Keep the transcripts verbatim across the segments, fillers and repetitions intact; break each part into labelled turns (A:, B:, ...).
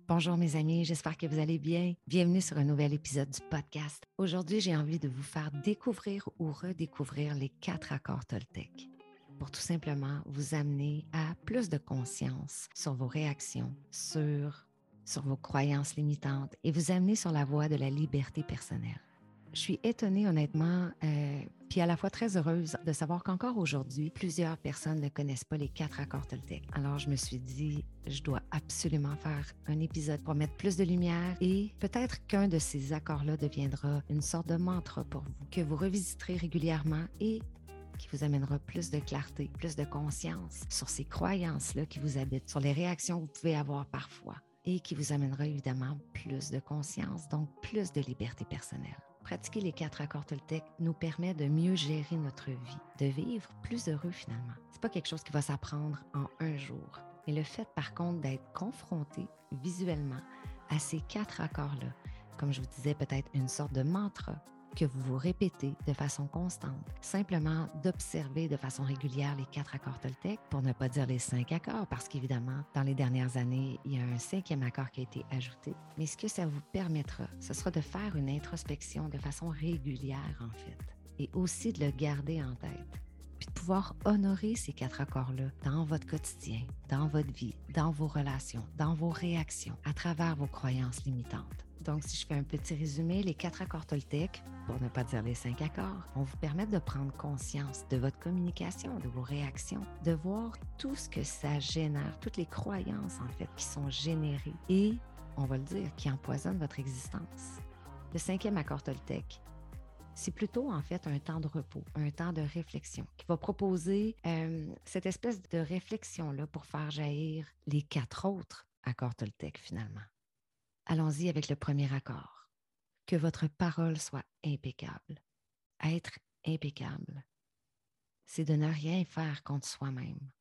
A: Bonjour mes amis, j'espère que vous allez bien. Bienvenue sur un nouvel épisode du podcast. Aujourd'hui, j'ai envie de vous faire découvrir ou redécouvrir les quatre accords Toltec pour tout simplement vous amener à plus de conscience sur vos réactions, sur, sur vos croyances limitantes et vous amener sur la voie de la liberté personnelle. Je suis étonnée honnêtement, euh, puis à la fois très heureuse de savoir qu'encore aujourd'hui, plusieurs personnes ne connaissent pas les quatre accords Toltec. Alors je me suis dit, je dois absolument faire un épisode pour mettre plus de lumière et peut-être qu'un de ces accords-là deviendra une sorte de mantra pour vous, que vous revisiterez régulièrement et qui vous amènera plus de clarté, plus de conscience sur ces croyances-là qui vous habitent, sur les réactions que vous pouvez avoir parfois et qui vous amènera évidemment plus de conscience, donc plus de liberté personnelle. Pratiquer les quatre accords Toltec nous permet de mieux gérer notre vie, de vivre plus heureux finalement. C'est pas quelque chose qui va s'apprendre en un jour. Mais le fait par contre d'être confronté visuellement à ces quatre accords-là, comme je vous disais, peut-être une sorte de mantra que vous vous répétez de façon constante, simplement d'observer de façon régulière les quatre accords Toltec, pour ne pas dire les cinq accords, parce qu'évidemment, dans les dernières années, il y a un cinquième accord qui a été ajouté. Mais ce que ça vous permettra, ce sera de faire une introspection de façon régulière, en fait, et aussi de le garder en tête, puis de pouvoir honorer ces quatre accords-là dans votre quotidien, dans votre vie, dans vos relations, dans vos réactions, à travers vos croyances limitantes. Donc, si je fais un petit résumé, les quatre accords Toltec, pour ne pas dire les cinq accords, vont vous permettre de prendre conscience de votre communication, de vos réactions, de voir tout ce que ça génère, toutes les croyances, en fait, qui sont générées et, on va le dire, qui empoisonnent votre existence. Le cinquième accord Toltec, c'est plutôt, en fait, un temps de repos, un temps de réflexion qui va proposer euh, cette espèce de réflexion-là pour faire jaillir les quatre autres accords Toltec, finalement. Allons-y avec le premier accord. Que votre parole soit impeccable. Être impeccable, c'est de ne rien faire contre soi-même.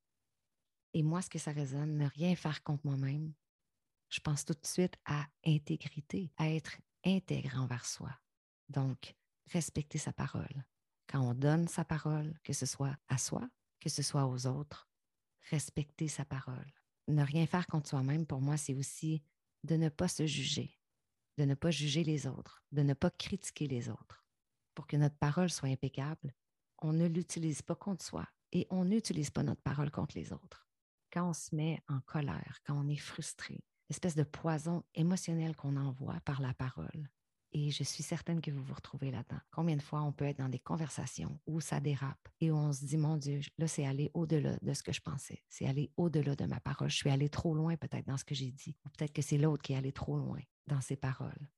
A: Et moi, ce que ça résonne, ne rien faire contre moi-même, je pense tout de suite à intégrité, à être intègre envers soi. Donc, respecter sa parole. Quand on donne sa parole, que ce soit à soi, que ce soit aux autres, respecter sa parole. Ne rien faire contre soi-même, pour moi, c'est aussi de ne pas se juger, de ne pas juger les autres, de ne pas critiquer les autres. Pour que notre parole soit impeccable, on ne l'utilise pas contre soi et on n'utilise pas notre parole contre les autres. Quand on se met en colère, quand on est frustré, l'espèce de poison émotionnel qu'on envoie par la parole. Et je suis certaine que vous vous retrouvez là-dedans. Combien de fois on peut être dans des conversations où ça dérape et où on se dit, mon Dieu, là, c'est aller au-delà de ce que je pensais. C'est aller au-delà de ma parole. Je suis allée trop loin peut-être dans ce que j'ai dit. Ou peut-être que c'est l'autre qui est allé trop loin dans ses paroles.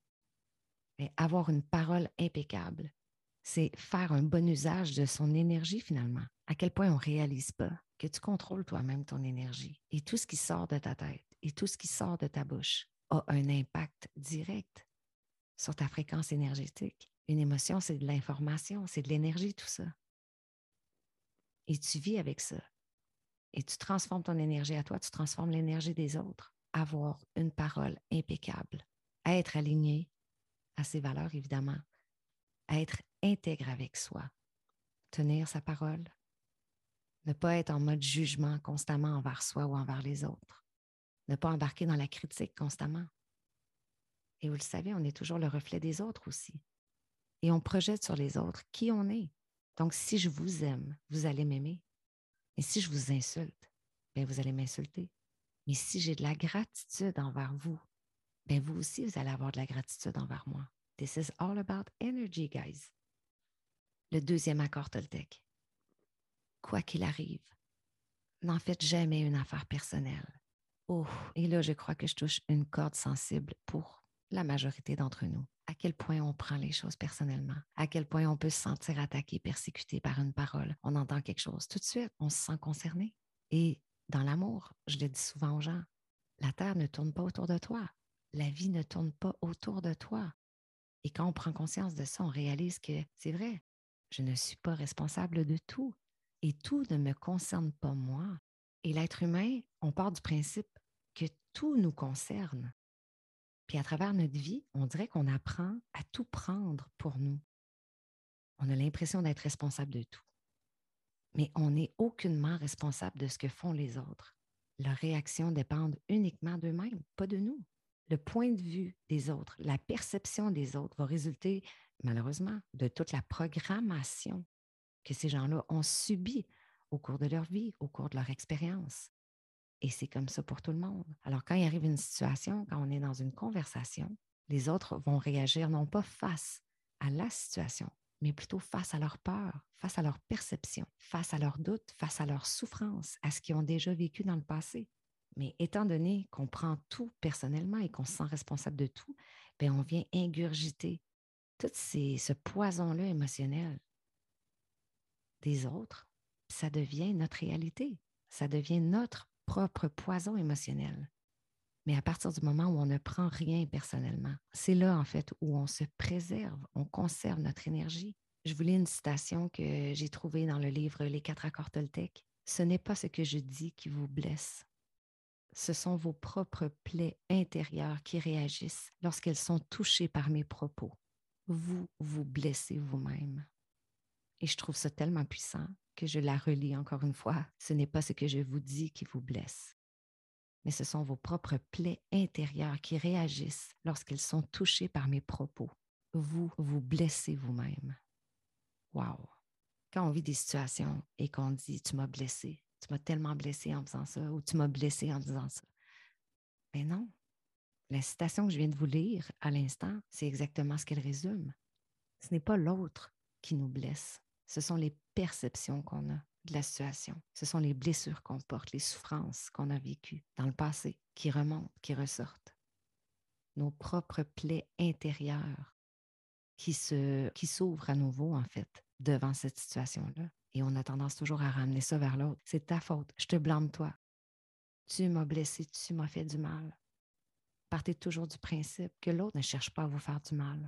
A: Mais avoir une parole impeccable, c'est faire un bon usage de son énergie finalement. À quel point on ne réalise pas que tu contrôles toi-même ton énergie. Et tout ce qui sort de ta tête et tout ce qui sort de ta bouche a un impact direct sur ta fréquence énergétique. Une émotion, c'est de l'information, c'est de l'énergie, tout ça. Et tu vis avec ça. Et tu transformes ton énergie à toi, tu transformes l'énergie des autres. Avoir une parole impeccable, être aligné à ses valeurs, évidemment, à être intègre avec soi, tenir sa parole, ne pas être en mode jugement constamment envers soi ou envers les autres, ne pas embarquer dans la critique constamment. Et vous le savez, on est toujours le reflet des autres aussi. Et on projette sur les autres qui on est. Donc, si je vous aime, vous allez m'aimer. Et si je vous insulte, bien, vous allez m'insulter. Mais si j'ai de la gratitude envers vous, bien, vous aussi, vous allez avoir de la gratitude envers moi. This is all about energy, guys. Le deuxième accord Toltec. Quoi qu'il arrive, n'en faites jamais une affaire personnelle. Oh, et là, je crois que je touche une corde sensible pour la majorité d'entre nous. À quel point on prend les choses personnellement, à quel point on peut se sentir attaqué, persécuté par une parole. On entend quelque chose, tout de suite, on se sent concerné. Et dans l'amour, je le dis souvent aux gens, la terre ne tourne pas autour de toi. La vie ne tourne pas autour de toi. Et quand on prend conscience de ça, on réalise que c'est vrai, je ne suis pas responsable de tout. Et tout ne me concerne pas moi. Et l'être humain, on part du principe que tout nous concerne. Puis à travers notre vie, on dirait qu'on apprend à tout prendre pour nous. On a l'impression d'être responsable de tout. Mais on n'est aucunement responsable de ce que font les autres. Leurs réactions dépendent uniquement d'eux-mêmes, pas de nous. le point de vue des autres, la perception des autres va résulter, malheureusement, de toute la programmation que ces gens-là ont subie au cours de leur vie, au cours de leur expérience. Et c'est comme ça pour tout le monde. Alors, quand il arrive une situation, quand on est dans une conversation, les autres vont réagir non pas face à la situation, mais plutôt face à leur peur, face à leur perception, face à leurs doutes, face à leur souffrance, à ce qu'ils ont déjà vécu dans le passé. Mais étant donné qu'on prend tout personnellement et qu'on se sent responsable de tout, bien, on vient ingurgiter tout ces, ce poison-là émotionnel des autres. Ça devient notre réalité. Ça devient notre propre poison émotionnel. Mais à partir du moment où on ne prend rien personnellement, c'est là, en fait, où on se préserve, on conserve notre énergie. Je vous lis une citation que j'ai trouvée dans le livre Les quatre accords Toltec. « Ce n'est pas ce que je dis qui vous blesse. Ce sont vos propres plaies intérieures qui réagissent lorsqu'elles sont touchées par mes propos. Vous vous blessez vous-même. » Et je trouve ça tellement puissant que je la relis encore une fois. Ce n'est pas ce que je vous dis qui vous blesse, mais ce sont vos propres plaies intérieures qui réagissent lorsqu'elles sont touchées par mes propos. Vous vous blessez vous-même. Wow! Quand on vit des situations et qu'on dit « tu m'as blessé, tu m'as tellement blessé en faisant ça » ou « tu m'as blessé en disant ça », mais non. La citation que je viens de vous lire à l'instant, c'est exactement ce qu'elle résume. Ce n'est pas l'autre qui nous blesse. Ce sont les perceptions qu'on a de la situation. Ce sont les blessures qu'on porte, les souffrances qu'on a vécues dans le passé qui remontent, qui ressortent. Nos propres plaies intérieures qui se, qui s'ouvrent à nouveau, en fait, devant cette situation-là. Et on a tendance toujours à ramener ça vers l'autre. C'est ta faute. Je te blâme toi. Tu m'as blessé, tu m'as fait du mal. Partez toujours du principe que l'autre ne cherche pas à vous faire du mal.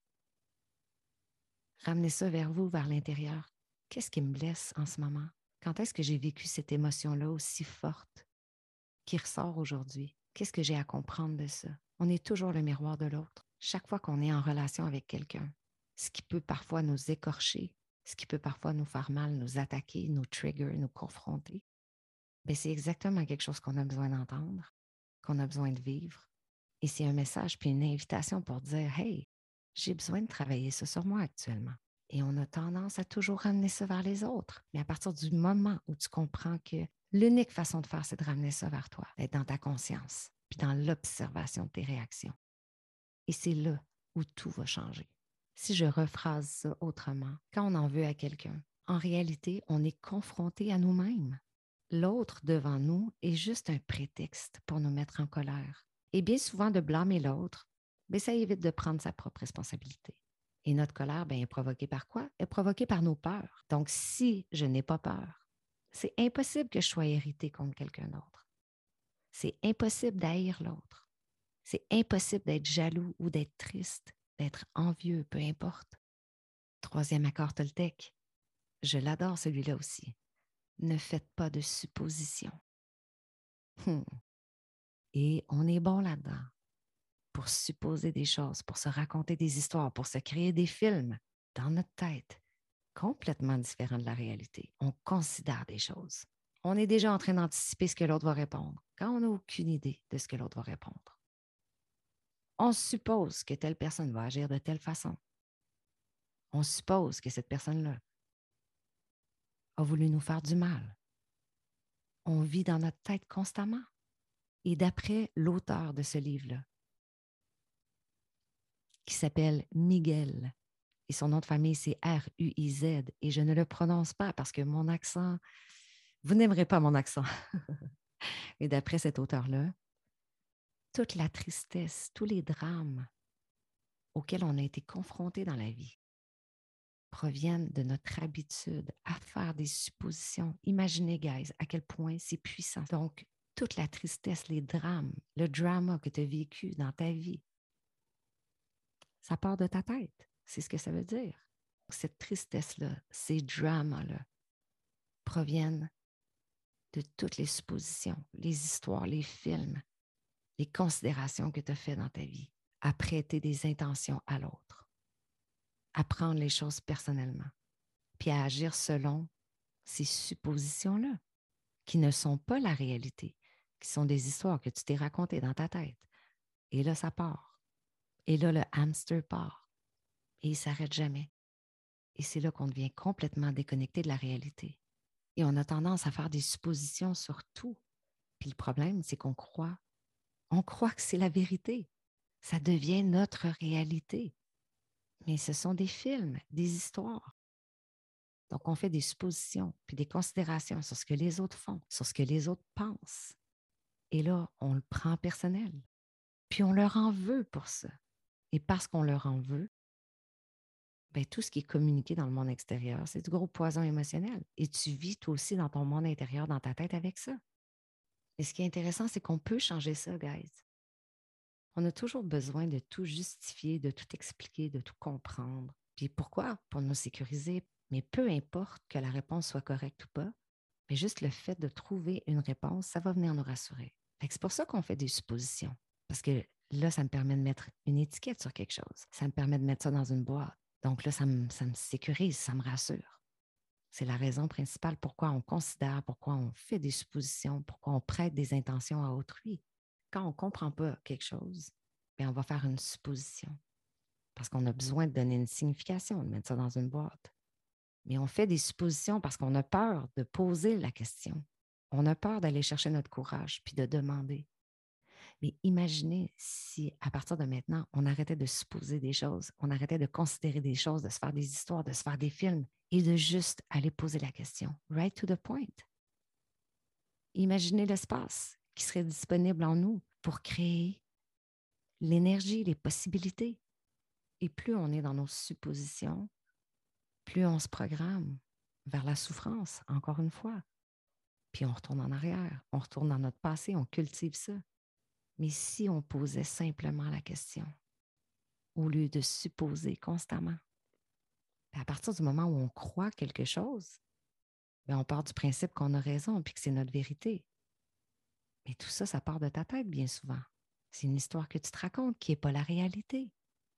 A: Ramenez ça vers vous, vers l'intérieur. Qu'est-ce qui me blesse en ce moment? Quand est-ce que j'ai vécu cette émotion-là aussi forte qui ressort aujourd'hui? Qu'est-ce que j'ai à comprendre de ça? On est toujours le miroir de l'autre. Chaque fois qu'on est en relation avec quelqu'un, ce qui peut parfois nous écorcher, ce qui peut parfois nous faire mal, nous attaquer, nous trigger, nous confronter, bien, c'est exactement quelque chose qu'on a besoin d'entendre, qu'on a besoin de vivre. Et c'est un message puis une invitation pour dire « Hey, j'ai besoin de travailler ça sur moi actuellement. » Et on a tendance à toujours ramener ça vers les autres. Mais à partir du moment où tu comprends que l'unique façon de faire, c'est de ramener ça vers toi, d'être dans ta conscience, puis dans l'observation de tes réactions. Et c'est là où tout va changer. Si je rephrase ça autrement, quand on en veut à quelqu'un, en réalité, on est confronté à nous-mêmes. L'autre devant nous est juste un prétexte pour nous mettre en colère. Et bien souvent, de blâmer l'autre, bien, ça évite de prendre sa propre responsabilité. Et notre colère, bien, est provoquée par quoi? Elle est provoquée par nos peurs. Donc, si je n'ai pas peur, c'est impossible que je sois irritée contre quelqu'un d'autre. C'est impossible d'haïr l'autre. C'est impossible d'être jaloux ou d'être triste, d'être envieux, peu importe. Troisième accord Toltec. Je l'adore celui-là aussi. Ne faites pas de suppositions. Hmm. Et on est bon là-dedans pour supposer des choses, pour se raconter des histoires, pour se créer des films dans notre tête, complètement différents de la réalité. On considère des choses. On est déjà en train d'anticiper ce que l'autre va répondre, quand on n'a aucune idée de ce que l'autre va répondre. On suppose que telle personne va agir de telle façon. On suppose que cette personne-là a voulu nous faire du mal. On vit dans notre tête constamment. Et d'après l'auteur de ce livre-là, qui s'appelle Miguel, et son nom de famille, c'est R U I Z, et je ne le prononce pas parce que mon accent, vous n'aimerez pas mon accent. Et d'après cet auteur-là, toute la tristesse, tous les drames auxquels on a été confrontés dans la vie proviennent de notre habitude à faire des suppositions. Imaginez, guys, à quel point c'est puissant. Donc, toute la tristesse, les drames, le drama que tu as vécu dans ta vie, ça part de ta tête. C'est ce que ça veut dire. Cette tristesse-là, ces dramas-là, proviennent de toutes les suppositions, les histoires, les films, les considérations que tu as faites dans ta vie, à prêter des intentions à l'autre, à prendre les choses personnellement, puis à agir selon ces suppositions-là, qui ne sont pas la réalité, qui sont des histoires que tu t'es racontées dans ta tête Et là, ça part. Et là, le hamster part. Et il ne s'arrête jamais. Et c'est là qu'on devient complètement déconnecté de la réalité. Et on a tendance à faire des suppositions sur tout. Puis le problème, c'est qu'on croit. On croit que c'est la vérité. Ça devient notre réalité. Mais ce sont des films, des histoires. Donc, on fait des suppositions, puis des considérations sur ce que les autres font, sur ce que les autres pensent. Et là, on le prend personnel. Puis on leur en veut pour ça. Et parce qu'on leur en veut, ben, tout ce qui est communiqué dans le monde extérieur, c'est du gros poison émotionnel. Et tu vis toi aussi dans ton monde intérieur, dans ta tête avec ça. Et ce qui est intéressant, c'est qu'on peut changer ça, guys. On a toujours besoin de tout justifier, de tout expliquer, de tout comprendre. Puis pourquoi? Pour nous sécuriser. Mais peu importe que la réponse soit correcte ou pas, mais juste le fait de trouver une réponse, ça va venir nous rassurer. Fait que c'est pour ça qu'on fait des suppositions. Parce que là, ça me permet de mettre une étiquette sur quelque chose. Ça me permet de mettre ça dans une boîte. Donc là, ça me, ça me sécurise, ça me rassure. C'est la raison principale pourquoi on considère, pourquoi on fait des suppositions, pourquoi on prête des intentions à autrui. Quand on ne comprend pas quelque chose, bien, on va faire une supposition. Parce qu'on a besoin de donner une signification, de mettre ça dans une boîte. Mais on fait des suppositions parce qu'on a peur de poser la question. On a peur d'aller chercher notre courage puis de demander. Mais imaginez si, à partir de maintenant, on arrêtait de supposer des choses, on arrêtait de considérer des choses, de se faire des histoires, de se faire des films et de juste aller poser la question. Right to the point. Imaginez l'espace qui serait disponible en nous pour créer l'énergie, les possibilités. Et plus on est dans nos suppositions, plus on se programme vers la souffrance, encore une fois. Puis on retourne en arrière, on retourne dans notre passé, on cultive ça. Mais si on posait simplement la question, au lieu de supposer constamment, à partir du moment où on croit quelque chose, bien, on part du principe qu'on a raison et que c'est notre vérité. Mais tout ça, ça part de ta tête bien souvent. C'est une histoire que tu te racontes qui n'est pas la réalité.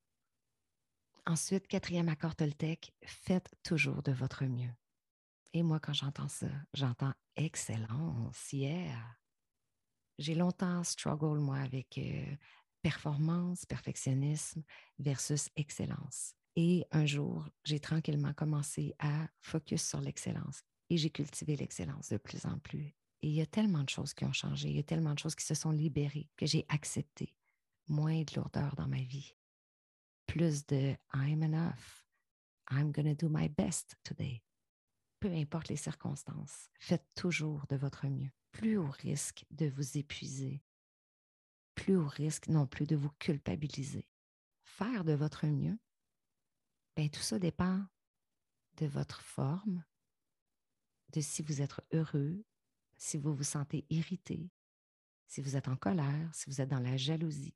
A: Ensuite, quatrième accord Toltec, faites toujours de votre mieux. Et moi, quand j'entends ça, j'entends excellence, yeah. J'ai longtemps struggle, moi, avec euh, performance, perfectionnisme versus excellence. Et un jour, j'ai tranquillement commencé à focus sur l'excellence. Et j'ai cultivé l'excellence de plus en plus. Et il y a tellement de choses qui ont changé, il y a tellement de choses qui se sont libérées que j'ai accepté. Moins de lourdeur dans ma vie. Plus de I'm enough. I'm gonna do my best today. Peu importe les circonstances, faites toujours de votre mieux. Plus au risque de vous épuiser, plus au risque non plus de vous culpabiliser. Faire de votre mieux, bien, tout ça dépend de votre forme, de si vous êtes heureux, si vous vous sentez irrité, si vous êtes en colère, si vous êtes dans la jalousie.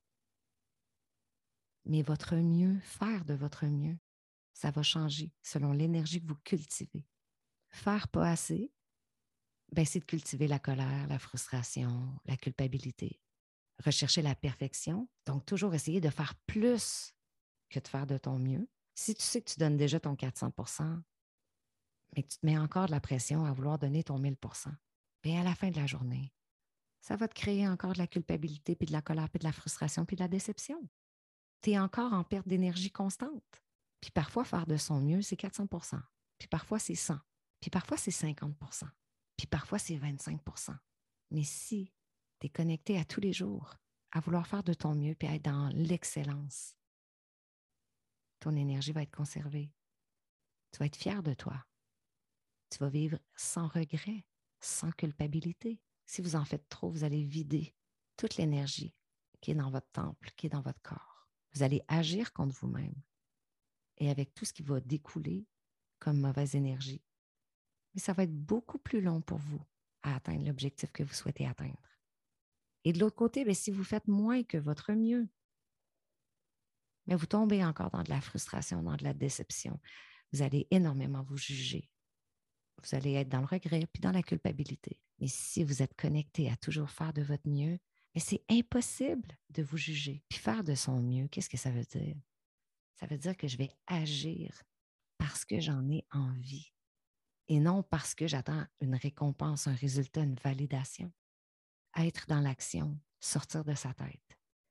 A: Mais votre mieux, faire de votre mieux, ça va changer selon l'énergie que vous cultivez. Faire pas assez, ben, c'est de cultiver la colère, la frustration, la culpabilité. Rechercher la perfection, donc toujours essayer de faire plus que de faire de ton mieux. Si tu sais que tu donnes déjà ton quatre cents pour cent, mais que tu te mets encore de la pression à vouloir donner ton mille pour cent, bien à la fin de la journée, ça va te créer encore de la culpabilité, puis de la colère, puis de la frustration, puis de la déception. Tu es encore en perte d'énergie constante. Puis parfois, faire de son mieux, c'est quatre cents pour cent. Puis parfois, c'est cent. Puis parfois, c'est cinquante pour cent. Puis parfois, c'est vingt-cinq pour cent. Mais si tu es connecté à tous les jours, à vouloir faire de ton mieux, puis à être dans l'excellence, ton énergie va être conservée. Tu vas être fier de toi. Tu vas vivre sans regret, sans culpabilité. Si vous en faites trop, vous allez vider toute l'énergie qui est dans votre temple, qui est dans votre corps. Vous allez agir contre vous-même et avec tout ce qui va découler comme mauvaise énergie. Mais ça va être beaucoup plus long pour vous à atteindre l'objectif que vous souhaitez atteindre. Et de l'autre côté, bien, si vous faites moins que votre mieux, mais vous tombez encore dans de la frustration, dans de la déception, vous allez énormément vous juger. Vous allez être dans le regret puis dans la culpabilité. Mais si vous êtes connecté à toujours faire de votre mieux, mais c'est impossible de vous juger. Puis faire de son mieux, qu'est-ce que ça veut dire? Ça veut dire que je vais agir parce que j'en ai envie et non parce que j'attends une récompense, un résultat, une validation. Être dans l'action, sortir de sa tête.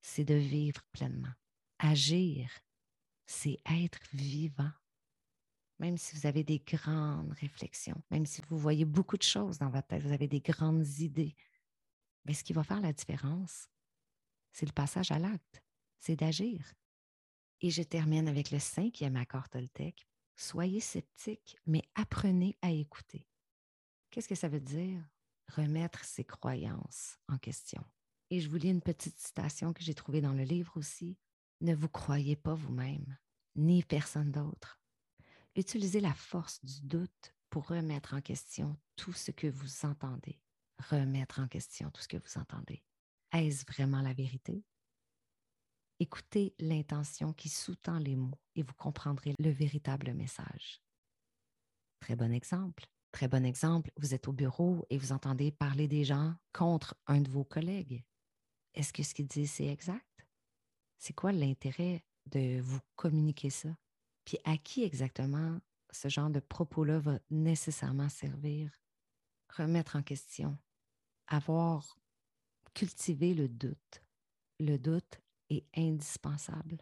A: c'est de vivre pleinement. Agir, c'est être vivant. Même si vous avez des grandes réflexions, même si vous voyez beaucoup de choses dans votre tête, vous avez des grandes idées, mais ce qui va faire la différence, c'est le passage à l'acte, c'est d'agir. Et je termine avec le cinquième accord Toltec. Soyez sceptiques, mais apprenez à écouter. Qu'est-ce que ça veut dire? Remettre ses croyances en question. Et je vous lis une petite citation que j'ai trouvée dans le livre aussi. Ne vous croyez pas vous-même, ni personne d'autre. Utilisez la force du doute pour remettre en question tout ce que vous entendez. Remettre en question tout ce que vous entendez. Est-ce vraiment la vérité? Écoutez l'intention qui sous-tend les mots et vous comprendrez le véritable message. Très bon exemple. Très bon exemple, vous êtes au bureau et vous entendez parler des gens contre un de vos collègues. Est-ce que ce qu'ils disent, c'est exact? C'est quoi l'intérêt de vous communiquer ça? Puis à qui exactement ce genre de propos-là va nécessairement servir? Remettre en question, avoir cultivé le doute. Le doute est indispensable.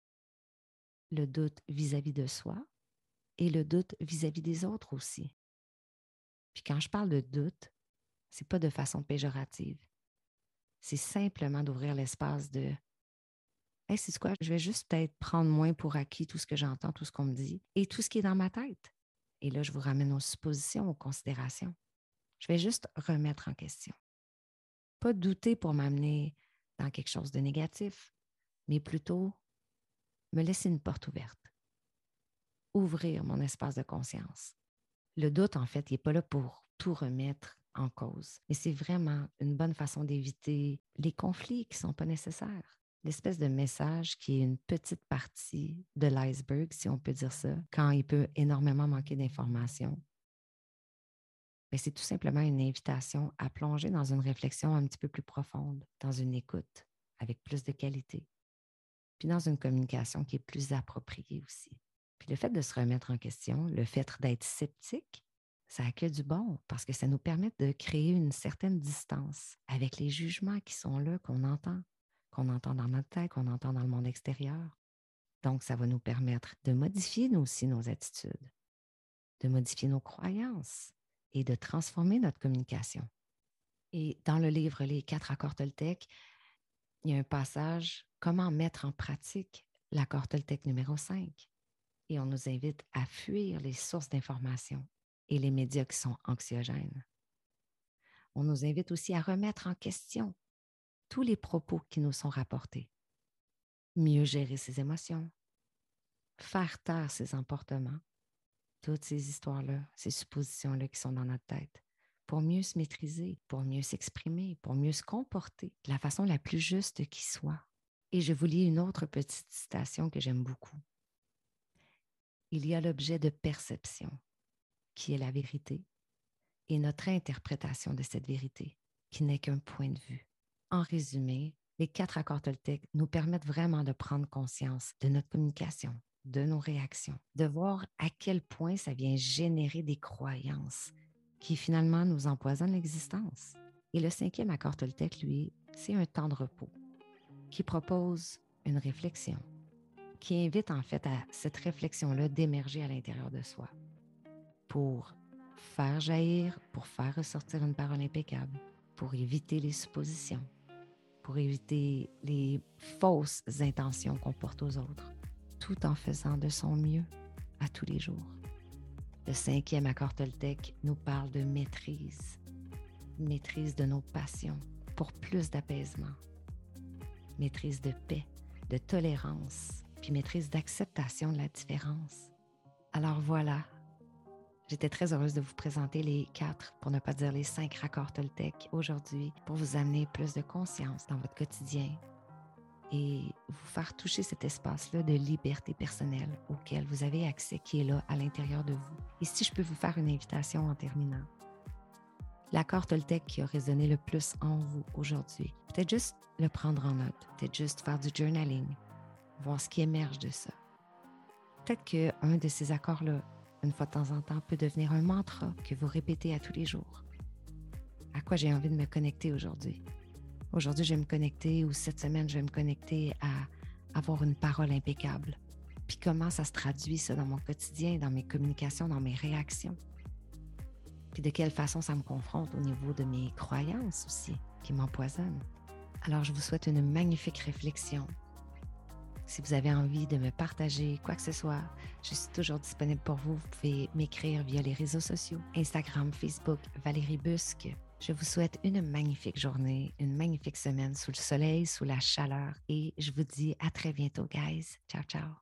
A: Le doute vis-à-vis de soi et le doute vis-à-vis des autres aussi. Puis quand je parle de doute, c'est pas de façon péjorative. C'est simplement d'ouvrir l'espace de « Hey, c'est quoi? Je vais juste peut-être prendre moins pour acquis tout ce que j'entends, tout ce qu'on me dit et tout ce qui est dans ma tête. » Et là, je vous ramène aux suppositions, aux considérations. Je vais juste remettre en question. Pas douter pour m'amener dans quelque chose de négatif, mais plutôt me laisser une porte ouverte. Ouvrir mon espace de conscience. Le doute, en fait, il n'est pas là pour tout remettre en cause, mais c'est vraiment une bonne façon d'éviter les conflits qui ne sont pas nécessaires. L'espèce de message qui est une petite partie de l'iceberg, si on peut dire ça, quand il peut énormément manquer d'informations. Mais c'est tout simplement une invitation à plonger dans une réflexion un petit peu plus profonde, dans une écoute avec plus de qualité, puis dans une communication qui est plus appropriée aussi. Puis le fait de se remettre en question, le fait d'être sceptique, ça a que du bon parce que ça nous permet de créer une certaine distance avec les jugements qui sont là, qu'on entend, qu'on entend dans notre tête, qu'on entend dans le monde extérieur. Donc, ça va nous permettre de modifier nous aussi nos attitudes, de modifier nos croyances et de transformer notre communication. Et dans le livre Les quatre accords Toltec, il y a un passage « Comment mettre en pratique l'accord Toltec numéro cinq ?» Et on nous invite à fuir les sources d'information et les médias qui sont anxiogènes. On nous invite aussi à remettre en question tous les propos qui nous sont rapportés. Mieux gérer ses émotions, faire taire ses emportements, toutes ces histoires-là, ces suppositions-là qui sont dans notre tête, pour mieux se maîtriser, pour mieux s'exprimer, pour mieux se comporter de la façon la plus juste qui soit. Et je vous lis une autre petite citation que j'aime beaucoup. Il y a l'objet de perception, qui est la vérité, et notre interprétation de cette vérité, qui n'est qu'un point de vue. En résumé, les quatre accords Toltec nous permettent vraiment de prendre conscience de notre communication, de nos réactions, de voir à quel point ça vient générer des croyances qui finalement nous empoisonnent l'existence. Et le cinquième accord Toltec, lui, c'est un temps de repos qui propose une réflexion, qui invite en fait à cette réflexion-là d'émerger à l'intérieur de soi pour faire jaillir, pour faire ressortir une parole impeccable, pour éviter les suppositions, pour éviter les fausses intentions qu'on porte aux autres, tout en faisant de son mieux à tous les jours. Le cinquième accord Toltec nous parle de maîtrise, maîtrise de nos passions pour plus d'apaisement, maîtrise de paix, de tolérance, puis maîtrise d'acceptation de la différence. Alors voilà, j'étais très heureuse de vous présenter les quatre, pour ne pas dire les cinq accords Toltec aujourd'hui, pour vous amener plus de conscience dans votre quotidien et vous faire toucher cet espace-là de liberté personnelle auquel vous avez accès, qui est là à l'intérieur de vous. Et si je peux vous faire une invitation en terminant, l'accord Toltec qui a résonné le plus en vous aujourd'hui, peut-être juste le prendre en note, peut-être juste faire du journaling, voir ce qui émerge de ça. Peut-être qu'un de ces accords-là, une fois de temps en temps, peut devenir un mantra que vous répétez à tous les jours. À quoi j'ai envie de me connecter aujourd'hui? Aujourd'hui, je vais me connecter ou cette semaine, je vais me connecter à avoir une parole impeccable. Puis comment ça se traduit ça dans mon quotidien, dans mes communications, dans mes réactions. Puis de quelle façon ça me confronte au niveau de mes croyances aussi, qui m'empoisonnent. Alors, je vous souhaite une magnifique réflexion. Si vous avez envie de me partager quoi que ce soit, je suis toujours disponible pour vous. Vous pouvez m'écrire via les réseaux sociaux, Instagram, Facebook, Valérie Busque. Je vous souhaite une magnifique journée, une magnifique semaine sous le soleil, sous la chaleur et je vous dis à très bientôt, guys. Ciao, ciao.